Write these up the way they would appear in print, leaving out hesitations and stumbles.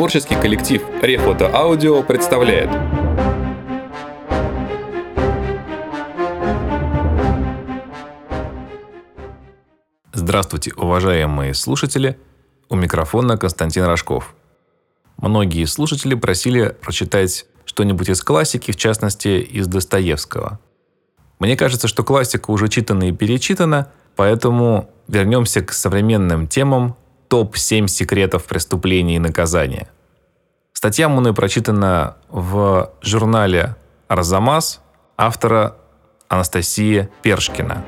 Творческий коллектив Рефото Аудио представляет. Здравствуйте, уважаемые слушатели! У микрофона Константин Рожков. Многие слушатели просили прочитать что-нибудь из классики, в частности, из Достоевского. Мне кажется, что классика уже читана и перечитана, поэтому вернемся к современным темам. Топ-7 секретов преступления и наказания. Статья мной прочитана в журнале «Арзамас» автора Анастасии Першкина.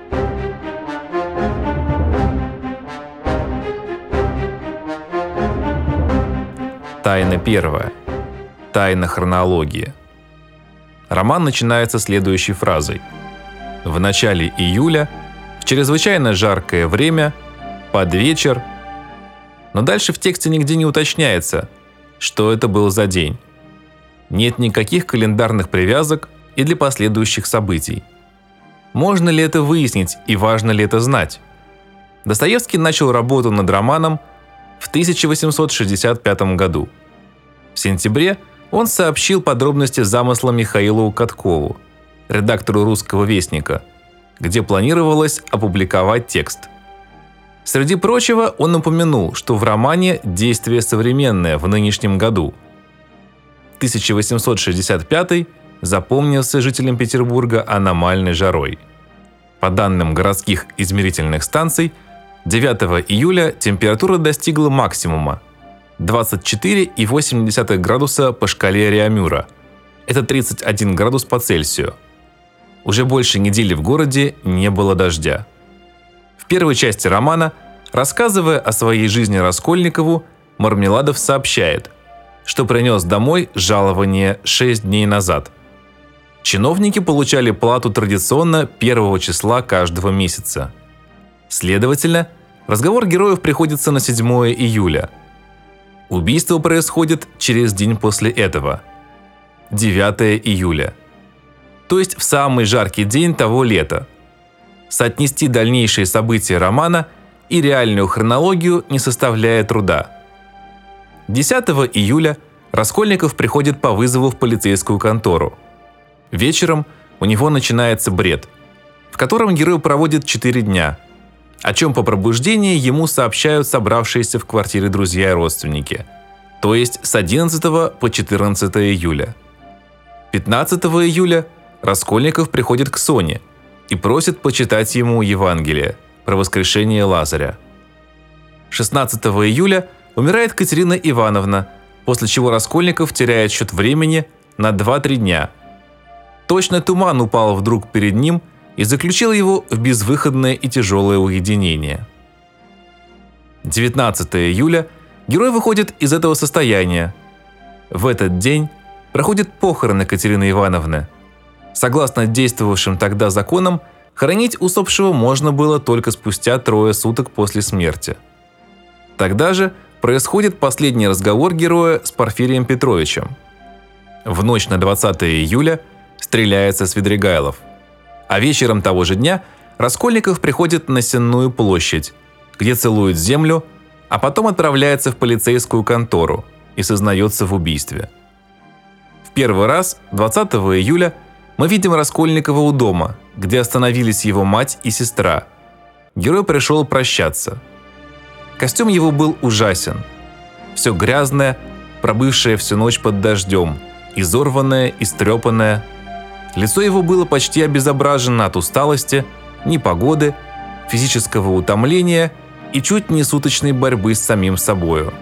Тайна первая. Тайна хронологии. Роман начинается следующей фразой. В начале июля, в чрезвычайно жаркое время, под вечер. Но дальше в тексте нигде не уточняется, что это был за день. Нет никаких календарных привязок и для последующих событий. Можно ли это выяснить и важно ли это знать? Достоевский начал работу над романом в 1865 году. В сентябре он сообщил подробности замысла Михаилу Каткову, редактору «Русского вестника», где планировалось опубликовать текст. Среди прочего, он упомянул, что в романе действие современное в нынешнем году. 1865 запомнился жителям Петербурга аномальной жарой. По данным городских измерительных станций, 9 июля температура достигла максимума – 24,8 градуса по шкале Реамюра. Это 31 градус по Цельсию. Уже больше недели в городе не было дождя. В первой части романа, рассказывая о своей жизни Раскольникову, Мармеладов сообщает, что принес домой жалование 6 дней назад. Чиновники получали плату традиционно 1 числа каждого месяца. Следовательно, разговор героев приходится на 7 июля. Убийство происходит через день после этого – 9 июля. То есть в самый жаркий день того лета. Соотнести дальнейшие события романа и реальную хронологию не составляет труда. 10 июля Раскольников приходит по вызову в полицейскую контору. Вечером у него начинается бред, в котором герой проводит 4 дня, о чем по пробуждении ему сообщают собравшиеся в квартире друзья и родственники, то есть с 11 по 14 июля. 15 июля Раскольников приходит к Соне и просит почитать ему Евангелие про воскрешение Лазаря. 16 июля умирает Катерина Ивановна, после чего Раскольников теряет счет времени на 2-3 дня. Точно туман упал вдруг перед ним и заключил его в безвыходное и тяжелое уединение. 19 июля герой выходит из этого состояния. В этот день проходят похороны Катерины Ивановны. Согласно действовавшим тогда законам, хоронить усопшего можно было только спустя 3 суток после смерти. Тогда же происходит последний разговор героя с Порфирием Петровичем. В ночь на 20 июля стреляется Свидригайлов. А вечером того же дня Раскольников приходит на Сенную площадь, где целует землю, а потом отправляется в полицейскую контору и сознается в убийстве. В первый раз 20 июля мы видим Раскольникова у дома, где остановились его мать и сестра. Герой пришел прощаться. Костюм его был ужасен. Все грязное, пробывшее всю ночь под дождем, изорванное, истрепанное. Лицо его было почти обезображено от усталости, непогоды, физического утомления и чуть не суточной борьбы с самим собою.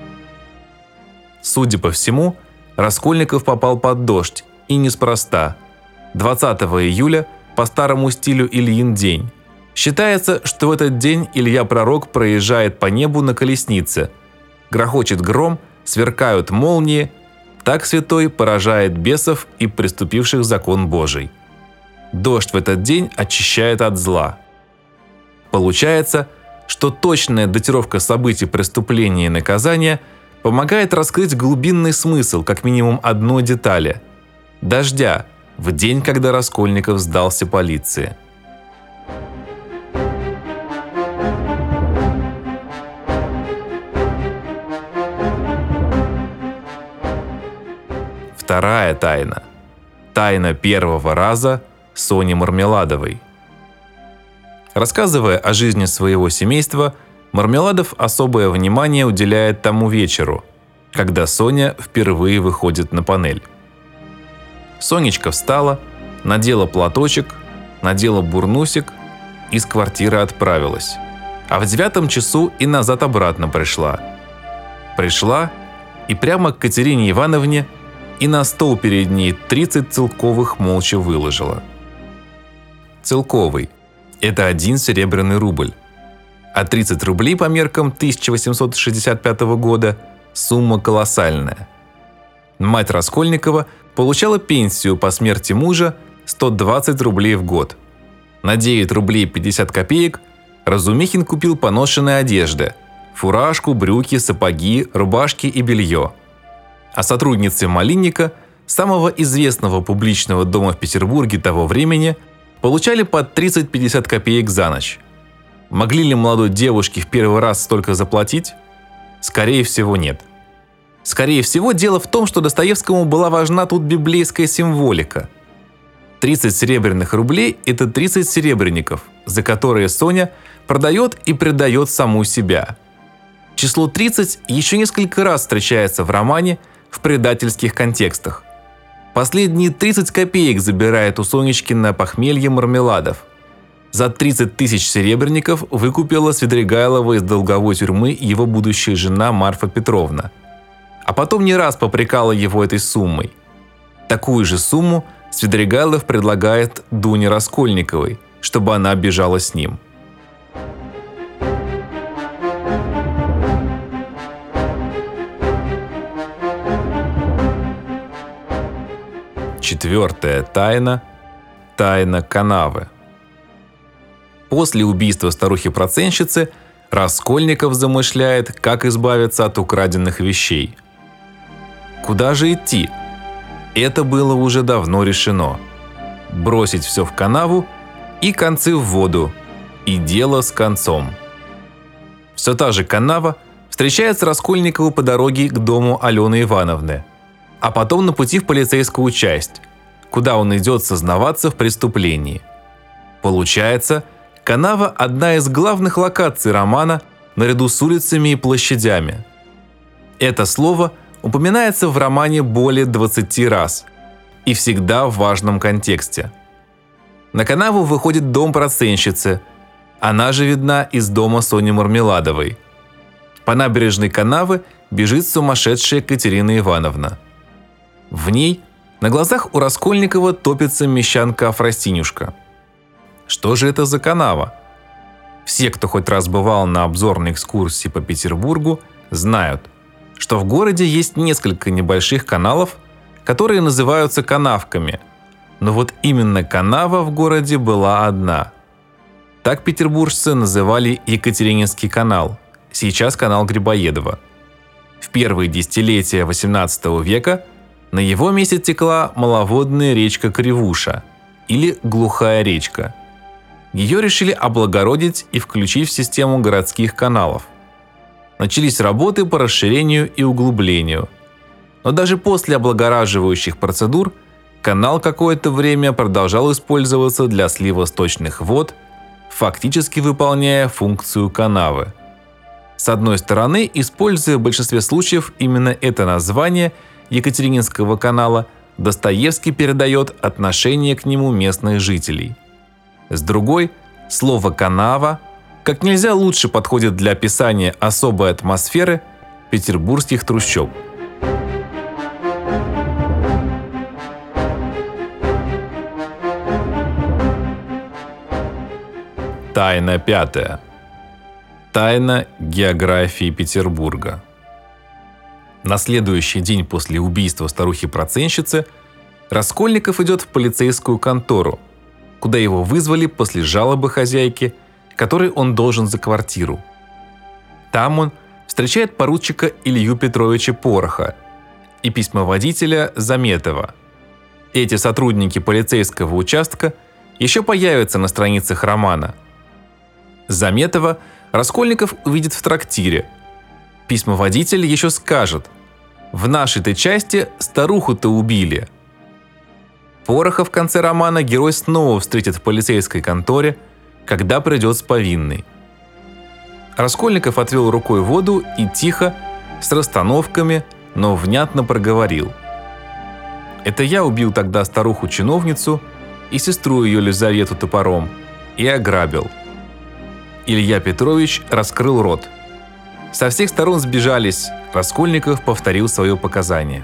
Судя по всему, Раскольников попал под дождь, и неспроста. 20 июля по старому стилю Ильин день. Считается, что в этот день Илья Пророк проезжает по небу на колеснице. Грохочет гром, сверкают молнии. Так святой поражает бесов и преступивших закон Божий. Дождь в этот день очищает от зла. Получается, что точная датировка событий преступления и наказания помогает раскрыть глубинный смысл как минимум одной детали – дождя, в день, когда Раскольников сдался полиции. вторая тайна. Тайна первого раза Сони Мармеладовой. Рассказывая о жизни своего семейства, Мармеладов особое внимание уделяет тому вечеру, когда Соня впервые выходит на панель. Сонечка встала, надела платочек, надела бурнусик, из квартиры отправилась. А в 9 часу и назад обратно пришла. Пришла и прямо к Катерине Ивановне и на стол перед ней 30 целковых молча выложила. Целковый – это 1 серебряный рубль. А 30 рублей по меркам 1865 года – сумма колоссальная. Мать Раскольникова получала пенсию по смерти мужа 120 рублей в год. На 9 рублей 50 копеек Разумихин купил поношенной одежды – фуражку, брюки, сапоги, рубашки и белье. А сотрудницы Малинника, самого известного публичного дома в Петербурге того времени, получали по 30-50 копеек за ночь. Могли ли молодой девушке в первый раз столько заплатить? Скорее всего, нет. Скорее всего, дело в том, что Достоевскому была важна тут библейская символика. 30 серебряных рублей – это 30 серебряников, за которые Соня продает и предает саму себя. Число 30 еще несколько раз встречается в романе в предательских контекстах. Последние 30 копеек забирает у Сонечки на похмелье Мармеладов. За 30 тысяч серебряников выкупила Свидригайлова из долговой тюрьмы его будущая жена Марфа Петровна. А потом не раз попрекала его этой суммой. Такую же сумму Свидригайлов предлагает Дуне Раскольниковой, чтобы она бежала с ним. Четвертая тайна – тайна канавы. После убийства старухи-процентщицы Раскольников замышляет, как избавиться от украденных вещей. Куда же идти? Это было уже давно решено. Бросить все в канаву и концы в воду, и дело с концом. Все та же канава встречается Раскольникову по дороге к дому Алены Ивановны, а потом на пути в полицейскую часть, куда он идет сознаваться в преступлении. Получается, канава – одна из главных локаций романа наряду с улицами и площадями. Это слово упоминается в романе более 20 раз и всегда в важном контексте. На канаву выходит дом процентщицы, она же видна из дома Сони Мармеладовой. По набережной канавы бежит сумасшедшая Катерина Ивановна. В ней на глазах у Раскольникова топится мещанка Афросинюшка. Что же это за канава? Все, кто хоть раз бывал на обзорной экскурсии по Петербургу, знают, что в городе есть несколько небольших каналов, которые называются канавками. Но вот именно канава в городе была одна. Так петербуржцы называли Екатерининский канал, сейчас канал Грибоедова. В первые десятилетия XVIII века на его месте текла маловодная речка Кривуша или Глухая речка. Ее решили облагородить и включить в систему городских каналов. Начались работы по расширению и углублению. Но даже после облагораживающих процедур канал какое-то время продолжал использоваться для слива сточных вод, фактически выполняя функцию канавы. С одной стороны, используя в большинстве случаев именно это название Екатерининского канала, Достоевский передает отношение к нему местных жителей. С другой, слово «канава» как нельзя лучше подходит для описания особой атмосферы петербургских трущоб. Тайна пятая. Тайна географии Петербурга. На следующий день после убийства старухи-процентщицы Раскольников идет в полицейскую контору, куда его вызвали после жалобы хозяйки, которой он должен за квартиру. Там он встречает поручика Илью Петровича Пороха и письмоводителя Заметова. Эти сотрудники полицейского участка еще появятся на страницах романа. Заметова Раскольников увидит в трактире. Письмоводитель еще скажет: В нашей-то части старуху-то убили. Пороха в конце романа герой снова встретит в полицейской конторе, когда придет с повинной. Раскольников отвел рукой воду и тихо, с расстановками, но внятно проговорил: «Это я убил тогда старуху-чиновницу и сестру ее Лизавету топором и ограбил». Илья Петрович раскрыл рот. Со всех сторон сбежались. Раскольников повторил свое показание.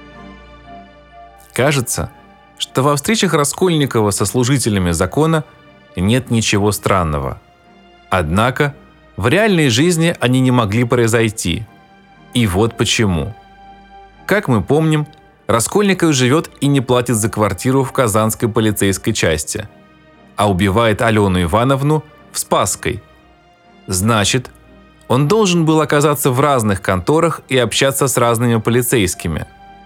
Кажется, что во встречах Раскольникова со служителями закона нет ничего странного. Однако в реальной жизни они не могли произойти. И вот почему. Как мы помним, Раскольников живет и не платит за квартиру в Казанской полицейской части, а убивает Алену Ивановну в Спасской. Значит, он должен был оказаться в разных конторах и общаться с разными полицейскими.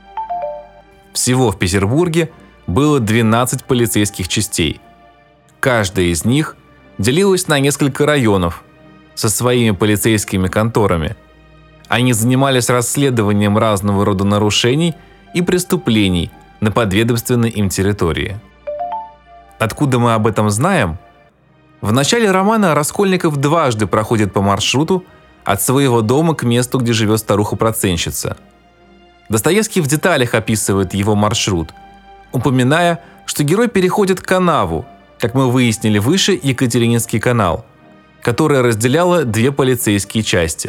Всего в Петербурге было 12 полицейских частей. Каждая из них делилась на несколько районов со своими полицейскими конторами. Они занимались расследованием разного рода нарушений и преступлений на подведомственной им территории. Откуда мы об этом знаем? В начале романа Раскольников дважды проходит по маршруту от своего дома к месту, где живет старуха-процентщица. Достоевский в деталях описывает его маршрут, упоминая, что герой переходит канаву, как мы выяснили выше, Екатерининский канал, которая разделяла две полицейские части.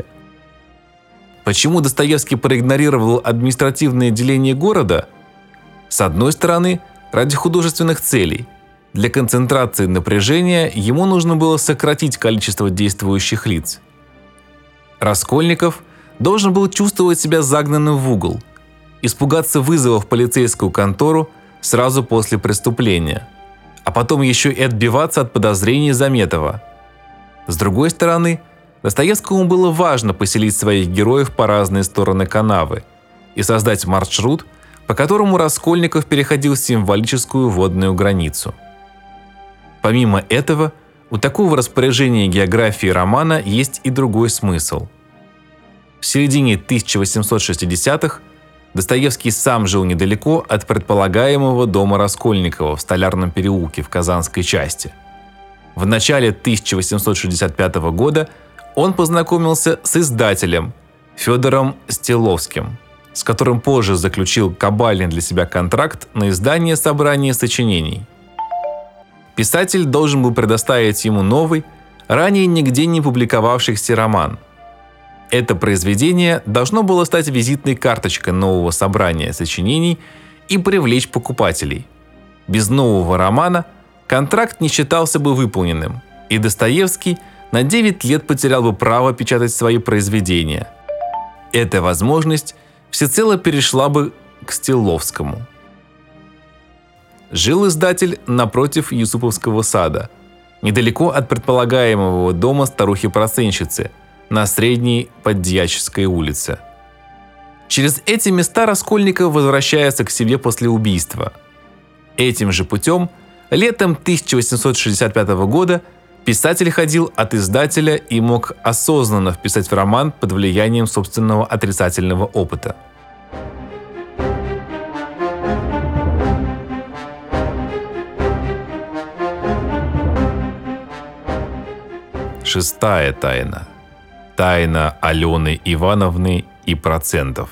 Почему Достоевский проигнорировал административное деление города? С одной стороны, ради художественных целей. Для концентрации напряжения ему нужно было сократить количество действующих лиц. Раскольников должен был чувствовать себя загнанным в угол, испугаться вызова в полицейскую контору сразу после преступления, а потом еще и отбиваться от подозрений Заметова. С другой стороны, Достоевскому было важно поселить своих героев по разные стороны канавы и создать маршрут, по которому Раскольников переходил символическую водную границу. Помимо этого, у такого распоряжения географии романа есть и другой смысл. В середине 1860-х Достоевский сам жил недалеко от предполагаемого дома Раскольникова в Столярном переулке в Казанской части. В начале 1865 года он познакомился с издателем Федором Стеловским, с которым позже заключил кабальный для себя контракт на издание собрания сочинений. Писатель должен был предоставить ему новый, ранее нигде не публиковавшийся роман. Это произведение должно было стать визитной карточкой нового собрания сочинений и привлечь покупателей. Без нового романа контракт не считался бы выполненным, и Достоевский на 9 лет потерял бы право печатать свои произведения. Эта возможность всецело перешла бы к Стеловскому. Жил издатель напротив Юсуповского сада, недалеко от предполагаемого дома старухи-процентщицы на Средней Поддьяческой улице. Через эти места Раскольников возвращается к себе после убийства. Этим же путем летом 1865 года писатель ходил от издателя и мог осознанно вписать в роман под влиянием собственного отрицательного опыта. Шестая тайна. Тайна Алены Ивановны и процентов.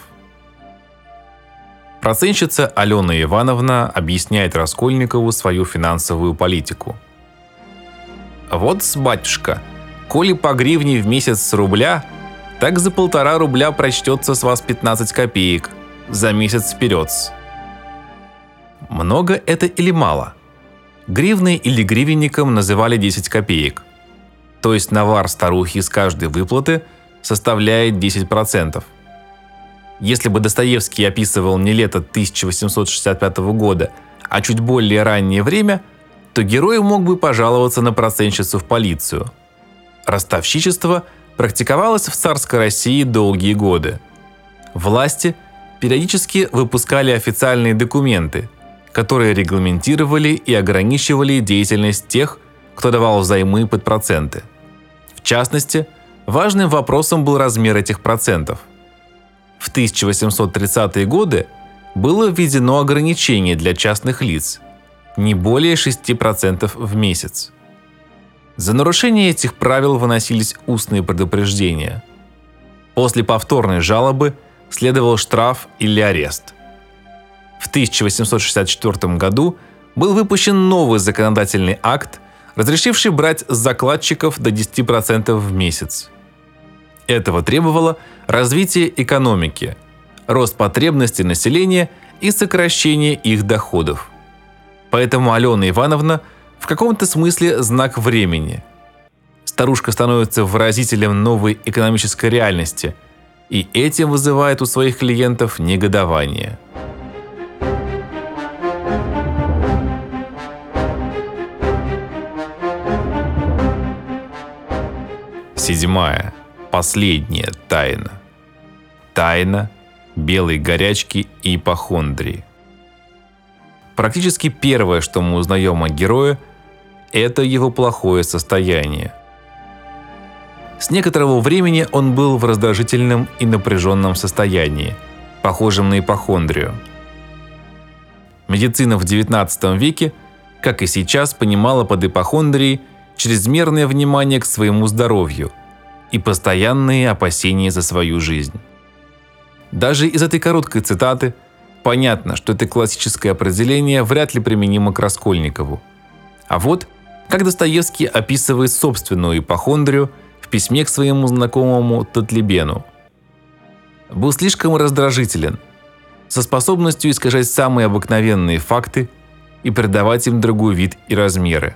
Процентщица Алена Ивановна объясняет Раскольникову свою финансовую политику. «Вот-с, батюшка, коли по гривне в месяц с рубля, так за 1,5 рубля прочтется с вас 15 копеек за месяц вперед-с». Много это или мало? Гривной или гривенником называли 10 копеек. То есть навар старухи с каждой выплаты составляет 10%. Если бы Достоевский описывал не лето 1865 года, а чуть более раннее время, то герой мог бы пожаловаться на процентщицу в полицию. Ростовщичество практиковалось в царской России долгие годы. Власти периодически выпускали официальные документы, которые регламентировали и ограничивали деятельность тех, кто давал взаймы под проценты. В частности, важным вопросом был размер этих процентов. В В 1830-е годы было введено ограничение для частных лиц – не более 6% в месяц. За нарушение этих правил выносились устные предупреждения. После повторной жалобы следовал штраф или арест. В 1864 году был выпущен новый законодательный акт, разрешивший брать с закладчиков до 10% в месяц. Этого требовало развитие экономики, рост потребностей населения и сокращение их доходов. Поэтому Алена Ивановна в каком-то смысле знак времени. Старушка становится выразителем новой экономической реальности, и этим вызывает у своих клиентов негодование. Седьмая, последняя тайна. Тайна белой горячки и ипохондрии. Практически первое, что мы узнаем о герое, это его плохое состояние. С некоторого времени он был в раздражительном и напряженном состоянии, похожем на ипохондрию. Медицина в XIX веке, как и сейчас, понимала под ипохондрией чрезмерное внимание к своему здоровью и постоянные опасения за свою жизнь. Даже из этой короткой цитаты понятно, что это классическое определение вряд ли применимо к Раскольникову. А вот как Достоевский описывает собственную ипохондрию в письме к своему знакомому Татлибену. Был слишком раздражителен, со способностью искажать самые обыкновенные факты и придавать им другой вид и размеры.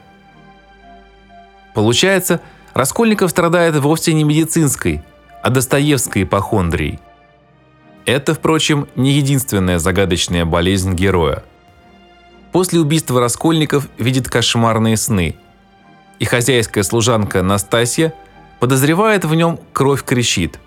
Получается, Раскольников страдает вовсе не медицинской, а достоевской ипохондрией. Это, впрочем, не единственная загадочная болезнь героя. После убийства Раскольников видит кошмарные сны, и хозяйская служанка Настасья подозревает в нем «кровь кричит».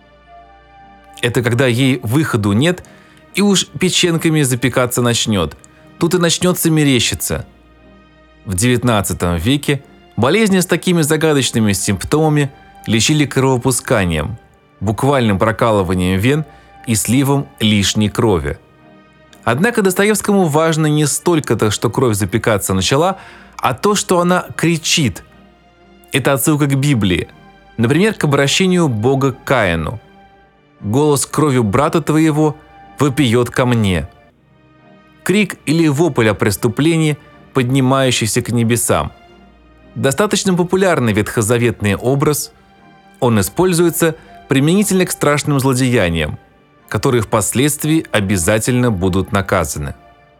Это когда ей выходу нет, и уж печенками запекаться начнет. Тут и начнется мерещиться. В XIX веке болезни с такими загадочными симптомами лечили кровопусканием, буквальным прокалыванием вен и сливом лишней крови. Однако Достоевскому важно не столько-то, что кровь запекаться начала, а то, что она кричит. Это отсылка к Библии, например, к обращению Бога к Каину. «Голос кровью брата твоего вопиет ко мне». Крик или вопль о преступлении, поднимающийся к небесам. Достаточно популярный ветхозаветный образ. Он используется применительно к страшным злодеяниям, которые впоследствии обязательно будут наказаны.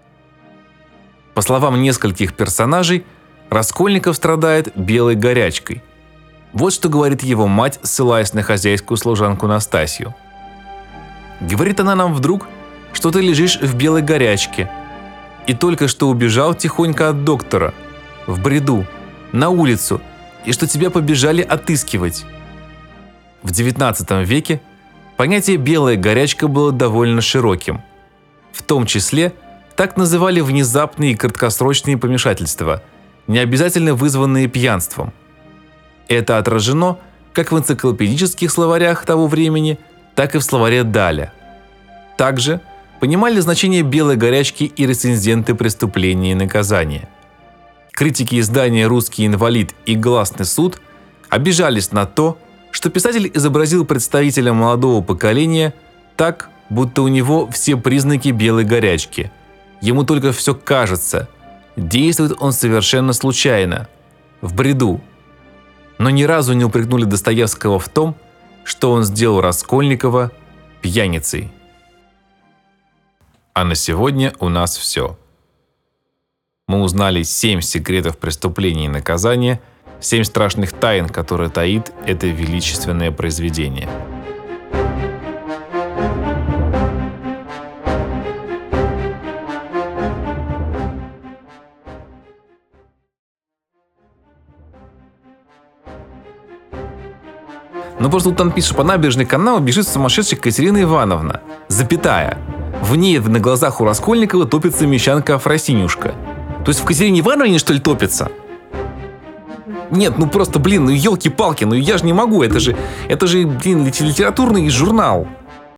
По словам нескольких персонажей, Раскольников страдает белой горячкой. Вот что говорит его мать, ссылаясь на хозяйскую служанку Настасью. Говорит она нам вдруг, что ты лежишь в белой горячке и только что убежал тихонько от доктора, в бреду, на улицу, и что тебя побежали отыскивать. В XIX веке понятие «белая горячка» было довольно широким. В том числе так называли внезапные и краткосрочные помешательства, не обязательно вызванные пьянством. Это отражено как в энциклопедических словарях того времени, так и в словаре Даля. Также понимали значение белой горячки и рецензенты «Преступления и наказания». Критики издания «Русский инвалид» и «Гласный суд» обижались на то, что писатель изобразил представителя молодого поколения так, будто у него все признаки белой горячки. Ему только все кажется. Действует он совершенно случайно, в бреду. Но ни разу не упрекнули Достоевского в том, что он сделал Раскольникова пьяницей. А на сегодня у нас все. Мы узнали 7 секретов преступления и наказания, 7 страшных тайн, которые таит это величественное произведение. Но просто тут там пишет, по набережной канала бежит сумасшедшая Катерина Ивановна, запятая. В ней на глазах у Раскольникова топится мещанка Афросинюшка. То есть в Катерине Ивановне, что ли, топится? Нет, ну просто, блин, ну елки-палки, ну я же не могу, это же, блин, литературный журнал.